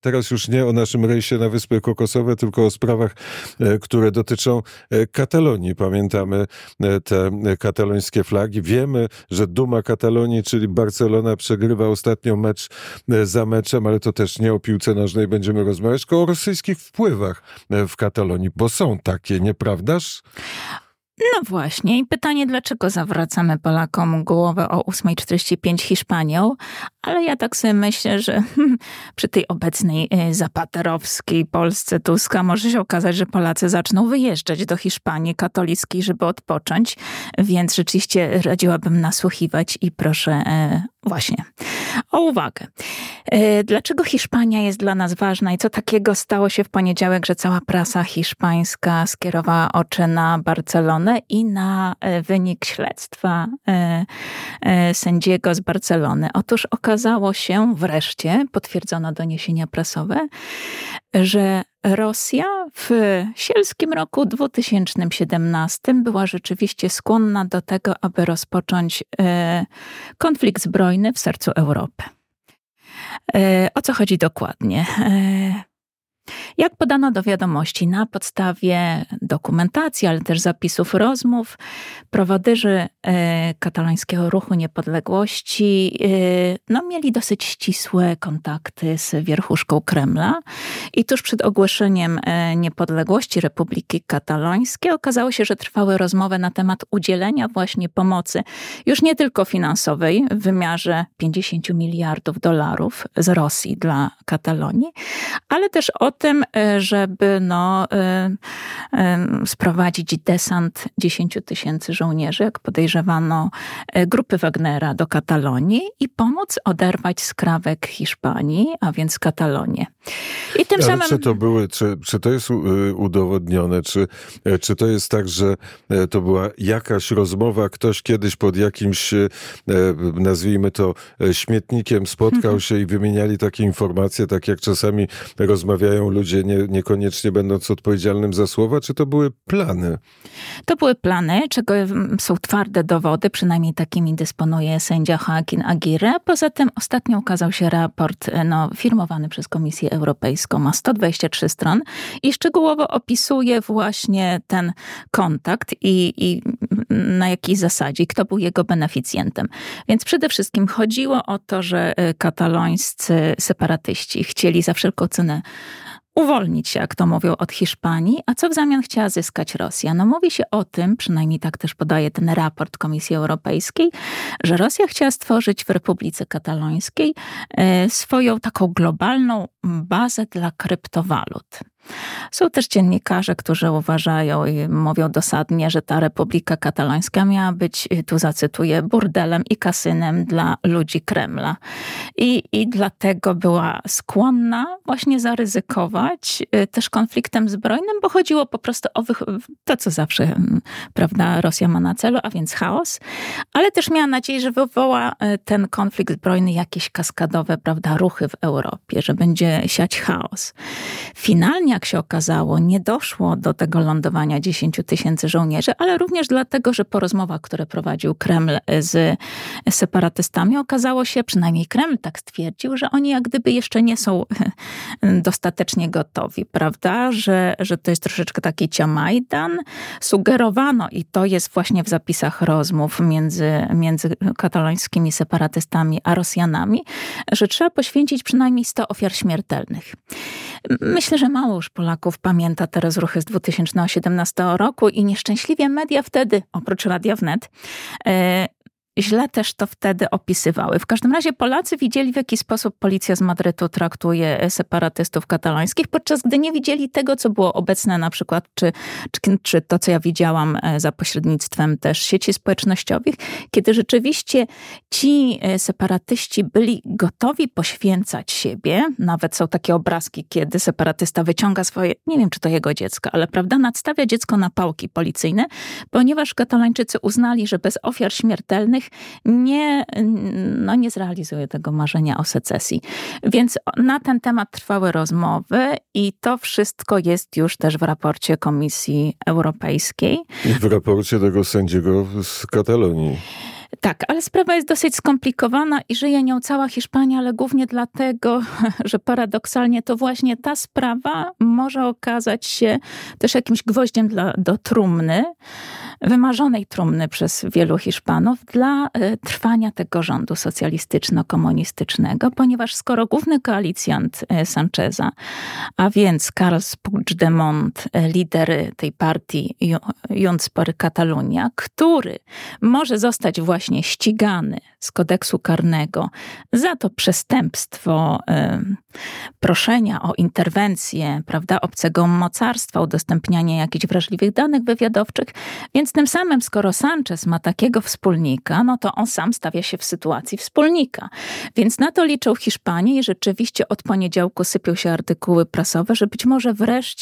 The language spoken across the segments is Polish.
teraz już nie o naszym rejsie na Wyspy Kokosowe, tylko o sprawach, które dotyczą Katalonii. Pamiętamy te katalońskie flagi. Wiemy, że duma Katalonii, czyli Barcelona, przegrywa ostatnio mecz za meczem, ale to też nie o piłce nożnej będziemy rozmawiać, tylko o rosyjskich wpływach w Katalonii, bo są takie, nieprawdaż? No właśnie. I pytanie, dlaczego zawracamy Polakom głowę o 8:45 Hiszpanią? Ale ja tak sobie myślę, że przy tej obecnej zapaterowskiej Polsce Tuska może się okazać, że Polacy zaczną wyjeżdżać do Hiszpanii katolickiej, żeby odpocząć. Więc rzeczywiście radziłabym nasłuchiwać i proszę właśnie o uwagę. Dlaczego Hiszpania jest dla nas ważna i co takiego stało się w poniedziałek, że cała prasa hiszpańska skierowała oczy na Barcelonę i na wynik śledztwa sędziego z Barcelony? Otóż okazało się wreszcie, potwierdzono doniesienia prasowe, że Rosja w sielskim roku 2017 była rzeczywiście skłonna do tego, aby rozpocząć konflikt zbrojny w sercu Europy. O co chodzi dokładnie? Jak podano do wiadomości na podstawie dokumentacji, ale też zapisów rozmów, prowaderzy katalońskiego ruchu niepodległości mieli dosyć ścisłe kontakty z wierchuszką Kremla i tuż przed ogłoszeniem niepodległości Republiki Katalońskiej okazało się, że trwały rozmowy na temat udzielenia właśnie pomocy, już nie tylko finansowej w wymiarze $50 miliardów z Rosji dla Katalonii, ale też o tym, żeby sprowadzić desant 10 000 żołnierzy, jak podejrzewano, grupy Wagnera do Katalonii i pomóc oderwać skrawek Hiszpanii, a więc Katalonię. I tym samym... Czy to jest udowodnione? Czy to jest tak, że to była jakaś rozmowa, ktoś kiedyś pod jakimś, nazwijmy to, śmietnikiem spotkał się i wymieniali takie informacje, tak jak czasami rozmawiają ludzie, niekoniecznie będąc odpowiedzialnym za słowa, czy to były plany? To były plany, czego są twarde dowody, przynajmniej takimi dysponuje sędzia Joaquín Aguirre. Poza tym ostatnio ukazał się raport firmowany przez Komisję Europejską, ma 123 stron i szczegółowo opisuje właśnie ten kontakt i na jakiej zasadzie, kto był jego beneficjentem. Więc przede wszystkim chodziło o to, że katalońscy separatyści chcieli za wszelką cenę uwolnić się, jak to mówią, od Hiszpanii, a co w zamian chciała zyskać Rosja? Mówi się o tym, przynajmniej tak też podaje ten raport Komisji Europejskiej, że Rosja chciała stworzyć w Republice Katalońskiej swoją taką globalną bazę dla kryptowalut. Są też dziennikarze, którzy uważają i mówią dosadnie, że ta Republika Katalońska miała być, tu zacytuję, burdelem i kasynem dla ludzi Kremla. I dlatego była skłonna właśnie zaryzykować też konfliktem zbrojnym, bo chodziło po prostu o to, co zawsze, prawda, Rosja ma na celu, a więc chaos, ale też miała nadzieję, że wywoła ten konflikt zbrojny jakieś kaskadowe, prawda, ruchy w Europie, że będzie siać chaos. Finalnie, jak się okazało, nie doszło do tego lądowania 10 000 żołnierzy, ale również dlatego, że po rozmowach, które prowadził Kreml z separatystami, okazało się, przynajmniej Kreml tak stwierdził, że oni jak gdyby jeszcze nie są dostatecznie gotowi, prawda? Że to jest troszeczkę taki ciamajdan. Sugerowano, i to jest właśnie w zapisach rozmów między katalońskimi separatystami a Rosjanami, że trzeba poświęcić przynajmniej 100 ofiar śmiertelnych. Myślę, że mało już Polaków pamięta te rozruchy z 2017 roku i nieszczęśliwie media wtedy, oprócz Radia Wnet, źle też to wtedy opisywały. W każdym razie Polacy widzieli, w jaki sposób policja z Madrytu traktuje separatystów katalońskich, podczas gdy nie widzieli tego, co było obecne na przykład, czy to, co ja widziałam za pośrednictwem też sieci społecznościowych, kiedy rzeczywiście ci separatyści byli gotowi poświęcać siebie. Nawet są takie obrazki, kiedy separatysta wyciąga swoje, nie wiem, czy to jego dziecko, ale prawda, nadstawia dziecko na pałki policyjne, ponieważ Katalończycy uznali, że bez ofiar śmiertelnych nie zrealizuje tego marzenia o secesji. Więc na ten temat trwały rozmowy i to wszystko jest już też w raporcie Komisji Europejskiej. I w raporcie tego sędziego z Katalonii. Tak, ale sprawa jest dosyć skomplikowana i żyje nią cała Hiszpania, ale głównie dlatego, że paradoksalnie to właśnie ta sprawa może okazać się też jakimś gwoździem do trumny, wymarzonej trumny przez wielu Hiszpanów dla trwania tego rządu socjalistyczno-komunistycznego, ponieważ skoro główny koalicjant Sancheza, a więc Carles Puigdemont, lider tej partii Junts per Catalunya, który może zostać właśnie ścigany z kodeksu karnego za to przestępstwo proszenia o interwencję, prawda, obcego mocarstwa, udostępnianie jakichś wrażliwych danych wywiadowczych, więc tym samym, skoro Sanchez ma takiego wspólnika, no to on sam stawia się w sytuacji wspólnika. Więc na to liczą Hiszpanie i rzeczywiście od poniedziałku sypią się artykuły prasowe, że być może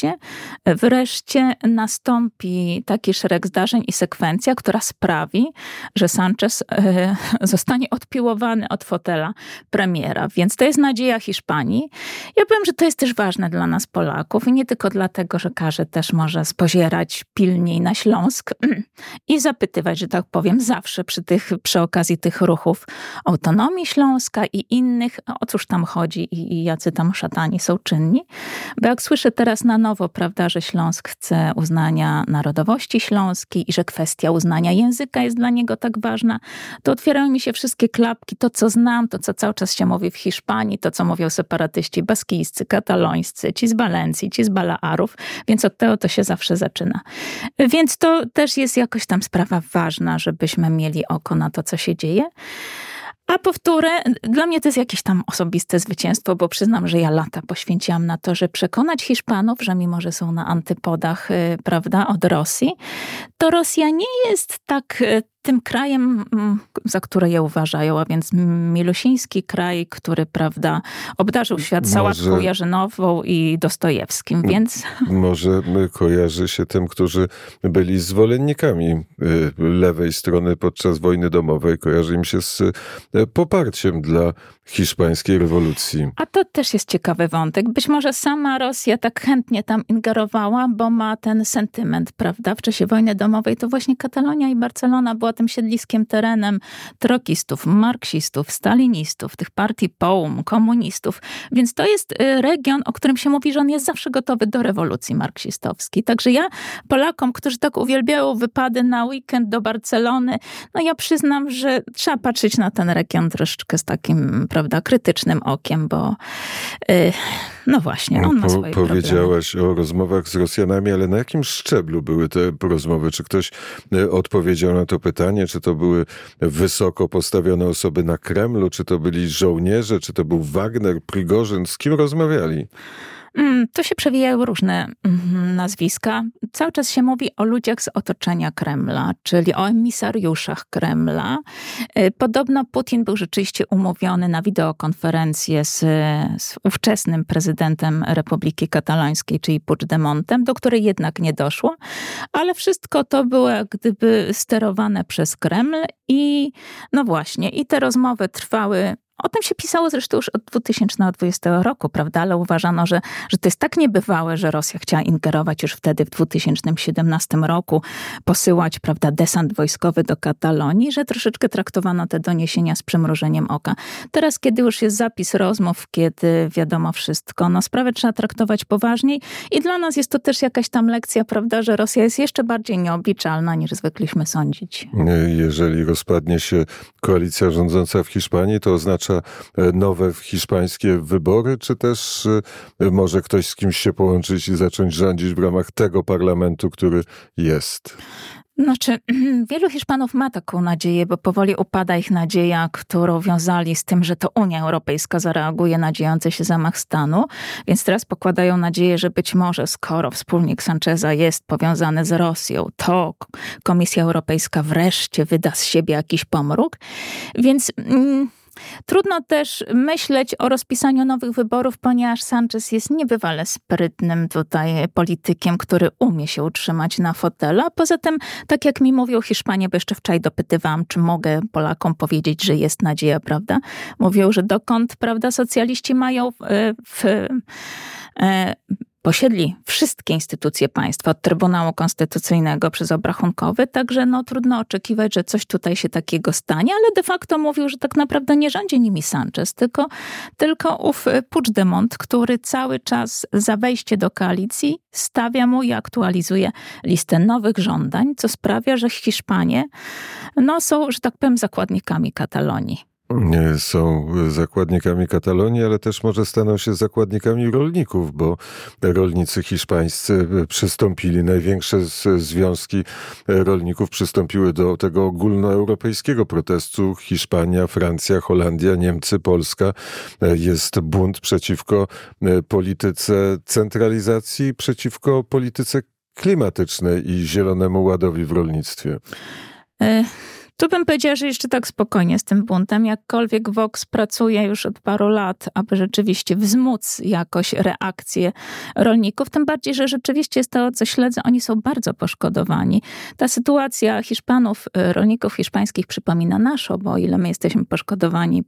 wreszcie nastąpi taki szereg zdarzeń i sekwencja, która sprawi, że Sanchez zostanie odpiłowany od fotela premiera. Więc to jest nadzieja Hiszpanii. Ja powiem, że to jest też ważne dla nas Polaków i nie tylko dlatego, że każdy też może spozierać pilniej na Śląsk i zapytywać, że tak powiem, zawsze przy okazji tych ruchów autonomii Śląska i innych, o cóż tam chodzi i jacy tam szatani są czynni. Bo jak słyszę teraz na nowo, prawda, że Śląsk chce uznania narodowości śląskiej i że kwestia uznania języka jest dla niego tak ważna, to otwierają mi się wszystkie klapki, to co znam, to co cały czas się mówi w Hiszpanii, to co mówią separatyści baskijscy, katalońscy, ci z Walencji, ci z Balearów, więc od tego to się zawsze zaczyna. Więc to też jest jakoś tam sprawa ważna, żebyśmy mieli oko na to, co się dzieje. A powtórę, dla mnie to jest jakieś tam osobiste zwycięstwo, bo przyznam, że ja lata poświęciłam na to, żeby przekonać Hiszpanów, że mimo, że są na antypodach, prawda, od Rosji, to Rosja nie jest tak tym krajem, za które je uważają, a więc milusiński kraj, który, prawda, obdarzył świat sałatką jarzynową i Dostojewskim, więc... Może kojarzy się tym, którzy byli zwolennikami lewej strony podczas wojny domowej, kojarzy im się z poparciem dla hiszpańskiej rewolucji. A to też jest ciekawy wątek. Być może sama Rosja tak chętnie tam ingerowała, bo ma ten sentyment, prawda? W czasie wojny domowej to właśnie Katalonia i Barcelona była tym siedliskiem, terenem trokistów, marksistów, stalinistów, tych partii POUM, komunistów. Więc to jest region, o którym się mówi, że on jest zawsze gotowy do rewolucji marksistowskiej. Także ja Polakom, którzy tak uwielbiają wypady na weekend do Barcelony, no ja przyznam, że trzeba patrzeć na ten region troszeczkę z takim, prawda, krytycznym okiem, bo no właśnie, on ma swoje Powiedziałaś problemy. o rozmowach z Rosjanami, ale na jakim szczeblu były te rozmowy? Czy ktoś odpowiedział na to pytanie? Czy to były wysoko postawione osoby na Kremlu? Czy to byli żołnierze? Czy to był Wagner, Prigorzyn? Z kim rozmawiali? Tu się przewijają różne nazwiska. Cały czas się mówi o ludziach z otoczenia Kremla, czyli o emisariuszach Kremla. Podobno Putin był rzeczywiście umówiony na wideokonferencję z ówczesnym prezydentem Republiki Katalońskiej, czyli Puigdemontem, do której jednak nie doszło. Ale wszystko to było jak gdyby sterowane przez Kreml i no właśnie, i te rozmowy trwały. O tym się pisało zresztą już od 2020 roku, prawda? Ale uważano, że to jest tak niebywałe, że Rosja chciała ingerować już wtedy w 2017 roku, posyłać, prawda, desant wojskowy do Katalonii, że troszeczkę traktowano te doniesienia z przymrużeniem oka. Teraz, kiedy już jest zapis rozmów, kiedy wiadomo wszystko, no sprawę trzeba traktować poważniej i dla nas jest to też jakaś tam lekcja, prawda, że Rosja jest jeszcze bardziej nieobliczalna, niż zwykliśmy sądzić. Jeżeli rozpadnie się koalicja rządząca w Hiszpanii, to oznacza nowe hiszpańskie wybory, czy też może ktoś z kimś się połączyć i zacząć rządzić w ramach tego parlamentu, który jest? Znaczy, wielu Hiszpanów ma taką nadzieję, bo powoli upada ich nadzieja, którą wiązali z tym, że to Unia Europejska zareaguje na dziejący się zamach stanu. Więc teraz pokładają nadzieję, że być może skoro wspólnik Sancheza jest powiązany z Rosją, to Komisja Europejska wreszcie wyda z siebie jakiś pomruk. Więc... Trudno też myśleć o rozpisaniu nowych wyborów, ponieważ Sanchez jest niebywale sprytnym tutaj politykiem, który umie się utrzymać na fotelu. A poza tym, tak jak mi mówią Hiszpanie, bo jeszcze wczoraj dopytywałam, czy mogę Polakom powiedzieć, że jest nadzieja, prawda? Mówią, że dokąd, prawda, socjaliści mają posiedli wszystkie instytucje państwa, od Trybunału Konstytucyjnego przez Obrachunkowy, także trudno oczekiwać, że coś tutaj się takiego stanie, ale de facto mówił, że tak naprawdę nie rządzi nimi Sanchez, tylko ów Puigdemont, który cały czas za wejście do koalicji stawia mu i aktualizuje listę nowych żądań, co sprawia, że Hiszpanie są, że tak powiem, zakładnikami Katalonii. Są zakładnikami Katalonii, ale też może staną się zakładnikami rolników, bo rolnicy hiszpańscy przystąpili, największe związki rolników przystąpiły do tego ogólnoeuropejskiego protestu. Hiszpania, Francja, Holandia, Niemcy, Polska. Jest bunt przeciwko polityce centralizacji, przeciwko polityce klimatycznej i zielonemu ładowi w rolnictwie. Tu bym powiedziała, że jeszcze tak spokojnie z tym buntem, jakkolwiek Vox pracuje już od paru lat, aby rzeczywiście wzmóc jakoś reakcję rolników, tym bardziej, że rzeczywiście z tego, co śledzę, oni są bardzo poszkodowani. Ta sytuacja Hiszpanów, rolników hiszpańskich przypomina naszą, bo o ile my jesteśmy poszkodowani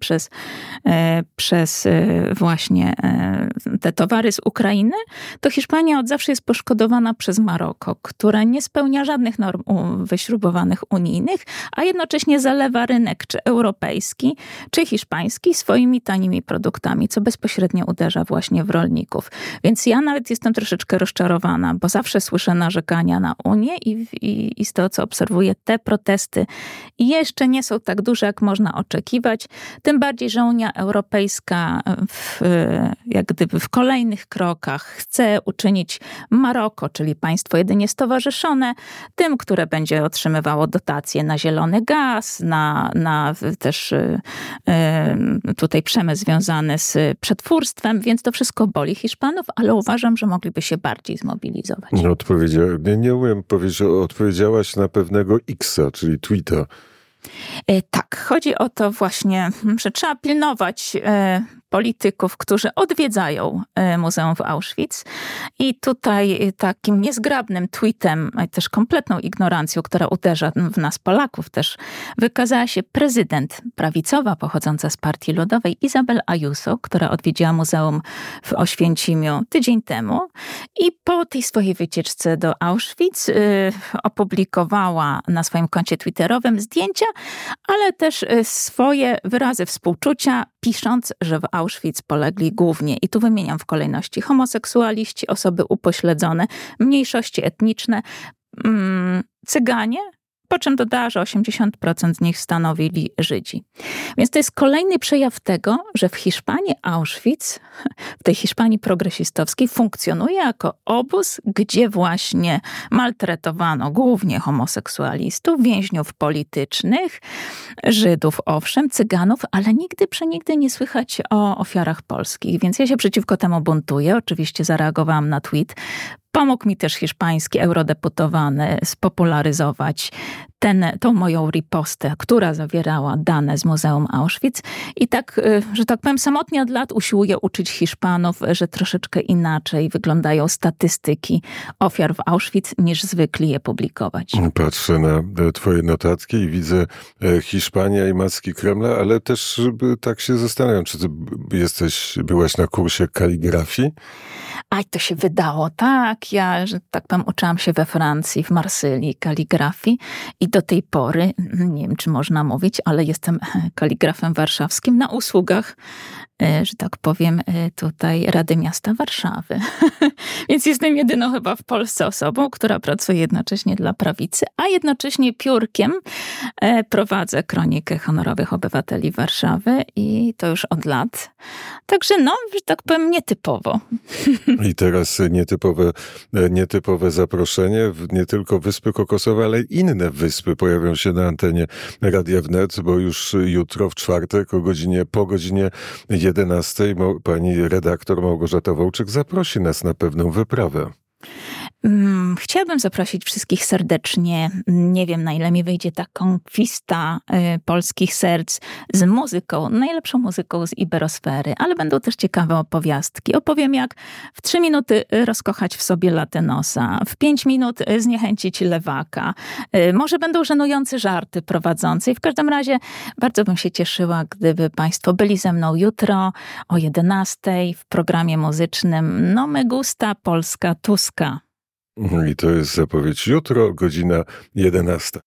przez właśnie te towary z Ukrainy, to Hiszpania od zawsze jest poszkodowana przez Maroko, które nie spełnia żadnych norm wyśrubowanych unijnych, a jednocześnie zalewa rynek czy europejski, czy hiszpański swoimi tanimi produktami, co bezpośrednio uderza właśnie w rolników. Więc ja nawet jestem troszeczkę rozczarowana, bo zawsze słyszę narzekania na Unię i z tego, co obserwuję, te protesty jeszcze nie są tak duże, jak można oczekiwać. Tym bardziej, że Unia Europejska jak gdyby w kolejnych krokach chce uczynić Maroko, czyli państwo jedynie stowarzyszone, tym, które będzie otrzymywało dotacje na zielony gaz, na też tutaj przemysł związany z przetwórstwem, więc to wszystko boli Hiszpanów, ale uważam, że mogliby się bardziej zmobilizować. Nie umiem powiedzieć, odpowiedziałaś na pewnego X-a, czyli tweeta. Tak, chodzi o to właśnie, że trzeba pilnować polityków, którzy odwiedzają Muzeum w Auschwitz. I tutaj takim niezgrabnym tweetem, też kompletną ignorancją, która uderza w nas Polaków też, wykazała się prezydent prawicowa, pochodząca z Partii Ludowej, Isabel Ayuso, która odwiedziła muzeum w Oświęcimiu tydzień temu i po tej swojej wycieczce do Auschwitz opublikowała na swoim koncie twitterowym zdjęcia, ale też swoje wyrazy współczucia, pisząc, że w Auschwitz polegli głównie, i tu wymieniam w kolejności, homoseksualiści, osoby upośledzone, mniejszości etniczne, Cyganie, po czym dodała, że 80% z nich stanowili Żydzi. Więc to jest kolejny przejaw tego, że w Hiszpanii Auschwitz, w tej Hiszpanii progresistowskiej, funkcjonuje jako obóz, gdzie właśnie maltretowano głównie homoseksualistów, więźniów politycznych, Żydów owszem, Cyganów, ale nigdy nie słychać o ofiarach polskich. Więc ja się przeciwko temu buntuję. Oczywiście zareagowałam na tweet. Pomógł mi też hiszpański eurodeputowany spopularyzować tą moją ripostę, która zawierała dane z Muzeum Auschwitz. I tak, że tak powiem, samotnie od lat usiłuję uczyć Hiszpanów, że troszeczkę inaczej wyglądają statystyki ofiar w Auschwitz, niż zwykli je publikować. Patrzę na twoje notatki i widzę Hiszpania i macki Kremla, ale też tak się zastanawiam, czy ty byłaś na kursie kaligrafii? Aj, to się wydało, tak. Ja, że tak powiem, uczyłam się we Francji, w Marsylii kaligrafii i do tej pory, nie wiem, czy można mówić, ale jestem kaligrafem warszawskim na usługach, że tak powiem, tutaj Rady Miasta Warszawy. Więc jestem jedyną chyba w Polsce osobą, która pracuje jednocześnie dla prawicy, a jednocześnie piórkiem prowadzę kronikę honorowych obywateli Warszawy i to już od lat. Także że tak powiem, nietypowo. I teraz nietypowe zaproszenie, nie tylko Wyspy Kokosowe, ale i inne wyspy pojawią się na antenie Radia Wnet, bo już jutro w czwartek po godzinie 11 pani redaktor Małgorzata Wołczyk zaprosi nas na pewną wyprawę. Chciałabym zaprosić wszystkich serdecznie. Nie wiem, na ile mi wyjdzie ta konkwista polskich serc z muzyką, najlepszą muzyką z iberosfery, ale będą też ciekawe opowiastki. Opowiem, jak w 3 minuty rozkochać w sobie latynosa, w 5 minut zniechęcić lewaka. Może będą żenujące żarty prowadzące i w każdym razie bardzo bym się cieszyła, gdyby Państwo byli ze mną jutro o 11:00 w programie muzycznym No Me Gusta Polska Tuska. I to jest zapowiedź jutro, godzina 11:00.